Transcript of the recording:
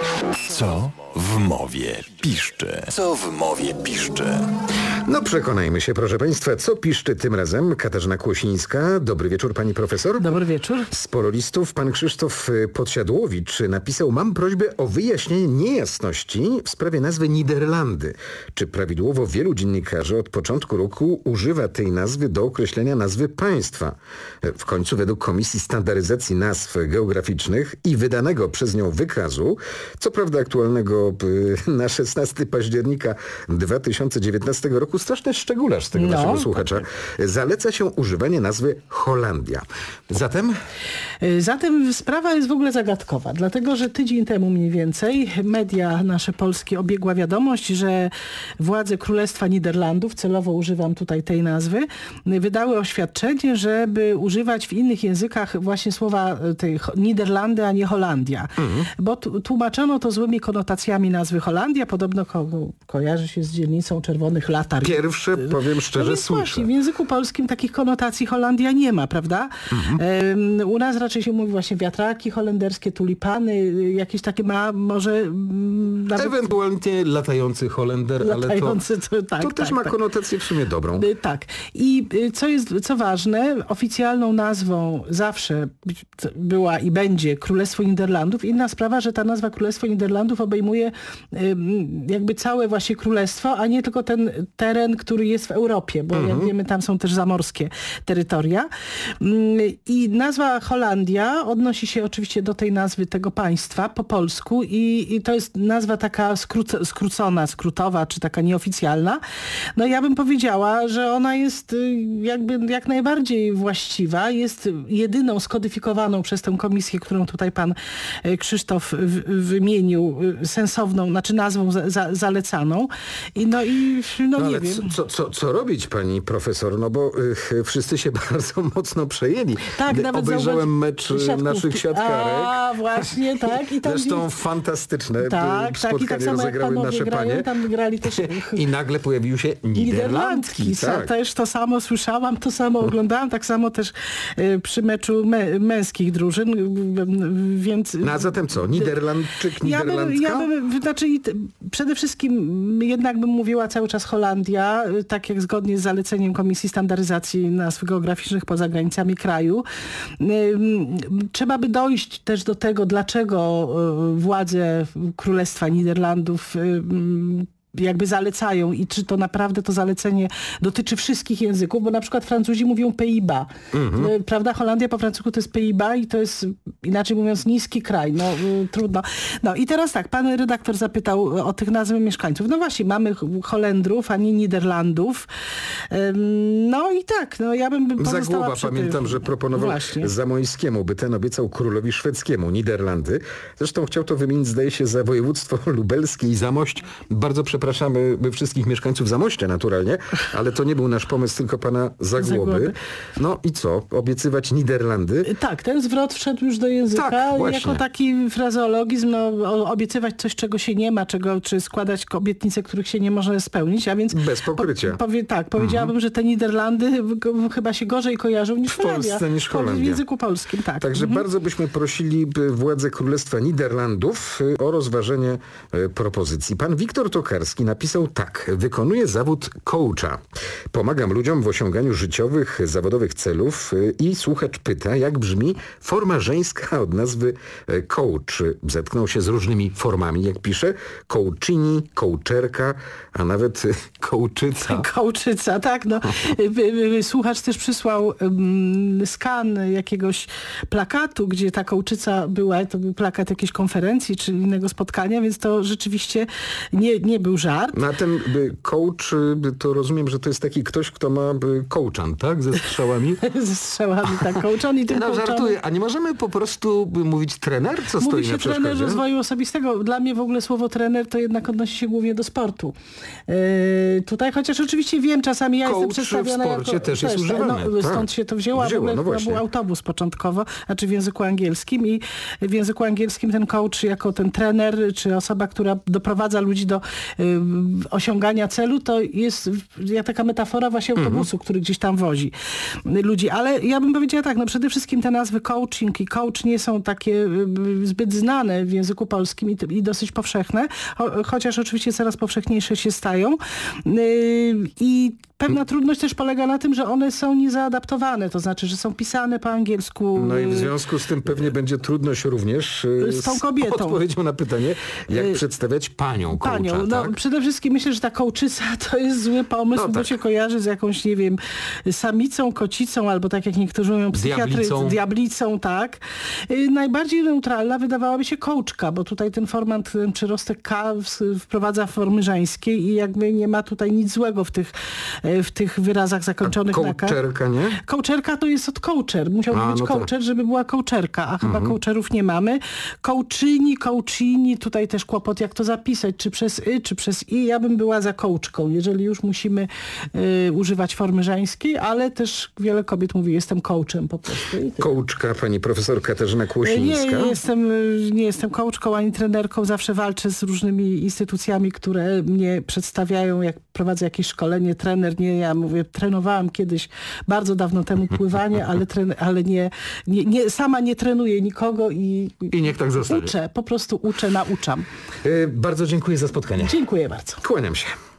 Co w mowie piszczy? Co w mowie piszczy? No przekonajmy się, proszę Państwa, co piszczy tym razem Katarzyna Kłosińska. Dobry wieczór, pani profesor. Dobry wieczór. Z Pololistów pan Krzysztof Podsiadłowicz napisał: mam prośbę o wyjaśnienie niejasności w sprawie nazwy Niderlandy. Czy prawidłowo wielu dziennikarzy od początku roku używa tej nazwy do określenia nazwy państwa? W końcu według Komisji Standaryzacji Nazw Geograficznych i wydanego przez nią wykazu, co prawda aktualnego na 16 października 2019 roku, straszny szczególarz z tego naszego słuchacza, zaleca się używanie nazwy Holandia. Zatem sprawa jest w ogóle zagadkowa, dlatego że tydzień temu mniej więcej media nasze polskie obiegła wiadomość, że władze Królestwa Niderlandów, celowo używam tutaj tej nazwy, wydały oświadczenie, żeby używać w innych językach właśnie słowa tej Niderlandy, a nie Holandia. Bo tłumaczono to złymi konotacjami nazwy Holandia. Podobno kojarzy się z dzielnicą Czerwonych Latarń. Pierwsze, powiem szczerze, słyszę. Właśnie, w języku polskim takich konotacji Holandia nie ma, prawda? U nas raczej się mówi właśnie wiatraki holenderskie, tulipany, jakieś takie może... Nawet... Ewentualnie latający Holender, latający, ale to też ma konotację w sumie dobrą. Tak. I co ważne, oficjalną nazwą zawsze była i będzie Królestwo Niderlandów. Inna sprawa, że ta nazwa Królestwo Niderlandów obejmuje jakby całe właśnie królestwo, a nie tylko ten teren, który jest w Europie, bo jak wiemy, tam są też zamorskie terytoria. I nazwa Holandia odnosi się oczywiście do tej nazwy tego państwa po polsku i to jest nazwa taka skrótowa, czy taka nieoficjalna. No ja bym powiedziała, że ona jest jakby jak najbardziej właściwa, jest jedyną skodyfikowaną przez tę komisję, którą tutaj pan Krzysztof wymienił, sensowną, znaczy nazwą zalecaną. Ale nie wiem. Co robić, pani profesor? No bo wszyscy się bardzo mocno przejęli. Tak, nawet obejrzałem mecz naszych siatkarek. A, właśnie, tak. I tam zresztą fantastyczne spotkanie i tak samo rozegrały nasze panie. Tam grali też... I nagle pojawiły się Niderlandki. Tak. Też to samo słyszałam, to samo oglądałam, tak samo też przy meczu męskich drużyn, więc... No a zatem co? Niderlandczyk, Niderlandka? Przede wszystkim jednak bym mówiła cały czas Holandia, tak jak zgodnie z zaleceniem Komisji Standaryzacji Nazw Geograficznych poza granicami kraju. Trzeba by dojść też do tego, dlaczego władze Królestwa Niderlandów jakby zalecają i czy to naprawdę to zalecenie dotyczy wszystkich języków, bo na przykład Francuzi mówią Pays-Bas. Prawda? Holandia po francusku to jest Pays-Bas i to jest, inaczej mówiąc, niski kraj. Trudno. I teraz tak, pan redaktor zapytał o tych nazwy mieszkańców. No właśnie, mamy Holendrów, a nie Niderlandów. Ja bym pozostała Zagłoba, pamiętam, że proponował Zamoyskiemu, by ten obiecał królowi szwedzkiemu Niderlandy. Zresztą chciał to wymienić, zdaje się, za województwo lubelskie i Zamość. Bardzo przepraszamy wszystkich mieszkańców Zamościa naturalnie, ale to nie był nasz pomysł, tylko pana Zagłoby. No i co? Obiecywać Niderlandy? Tak, ten zwrot wszedł już do języka jako taki frazeologizm, obiecywać coś, czego się nie ma, czy składać obietnice, których się nie może spełnić, a więc... Bez pokrycia. Powiedziałabym, że te Niderlandy chyba się gorzej kojarzą niż w Polsce, niż Holandia. W języku polskim, tak. Także bardzo byśmy prosili władze Królestwa Niderlandów o rozważenie propozycji. Pan Wiktor Tokarski napisał tak: wykonuję zawód coacha. Pomagam ludziom w osiąganiu życiowych, zawodowych celów i słuchacz pyta, jak brzmi forma żeńska od nazwy coach. Zetknął się z różnymi formami, jak pisze, coachini, coacherka, a nawet coaczyca. Coaczyca, tak. Słuchacz też przysłał skan jakiegoś plakatu, gdzie ta coaczyca była, to był plakat jakiejś konferencji czy innego spotkania, więc to rzeczywiście nie był żart. Na ten coach, to rozumiem, że to jest taki ktoś, kto ma coachan, tak? Ze strzałami? Ze strzałami, tak. Coachan i tym żartuję. A nie możemy po prostu mówić trener? Co stoi na przeszkodzie? Mówi się trener rozwoju osobistego. Dla mnie w ogóle słowo trener to jednak odnosi się głównie do sportu. Tutaj, chociaż oczywiście wiem, czasami ja jestem przedstawiona jako... w sporcie też jest używane. Stąd się to wzięło. W ogóle był autobus początkowo, znaczy w języku angielskim i w języku angielskim ten coach jako ten trener, czy osoba, która doprowadza ludzi do osiągania celu, to jest taka metafora właśnie autobusu, który gdzieś tam wozi ludzi. Ale ja bym powiedziała tak, no przede wszystkim te nazwy coaching i coach nie są takie zbyt znane w języku polskim i dosyć powszechne, chociaż oczywiście coraz powszechniejsze się stają. I pewna trudność też polega na tym, że one są niezaadaptowane, to znaczy, że są pisane po angielsku. No i w związku z tym pewnie będzie trudność również z tą kobietą. Odpowiedzią na pytanie, jak przedstawiać panią coacha, no tak? przede wszystkim myślę, że ta coaczyca to jest zły pomysł, bo się kojarzy z jakąś, nie wiem, samicą, kocicą, albo tak jak niektórzy mówią, diablicą, tak. Najbardziej neutralna wydawałaby się coachka, bo tutaj ten format, ten przyrostek K wprowadza formy żeńskie i jakby nie ma tutaj nic złego w tych wyrazach zakończonych na K. Coacherka, nie? Coacherka to jest od coacher. Musiałby być coacher, żeby była coacherka, a chyba coacherów nie mamy. Coachini, tutaj też kłopot, jak to zapisać, czy przez czy przez i. Ja bym była za coachką, jeżeli już musimy używać formy żeńskiej, ale też wiele kobiet mówi, jestem coachem po prostu. Coachka, pani profesor Katarzyna Kłosińska. Nie jestem coachką ani trenerką, zawsze walczę z różnymi instytucjami, które mnie przedstawiają, jak prowadzę jakieś szkolenie, trener, nie, ja mówię, trenowałam kiedyś, bardzo dawno temu pływanie, ale sama nie trenuję nikogo i niech tak zostanie. Uczę, po prostu nauczam. Bardzo dziękuję za spotkanie. Dziękuję bardzo. Kłaniam się.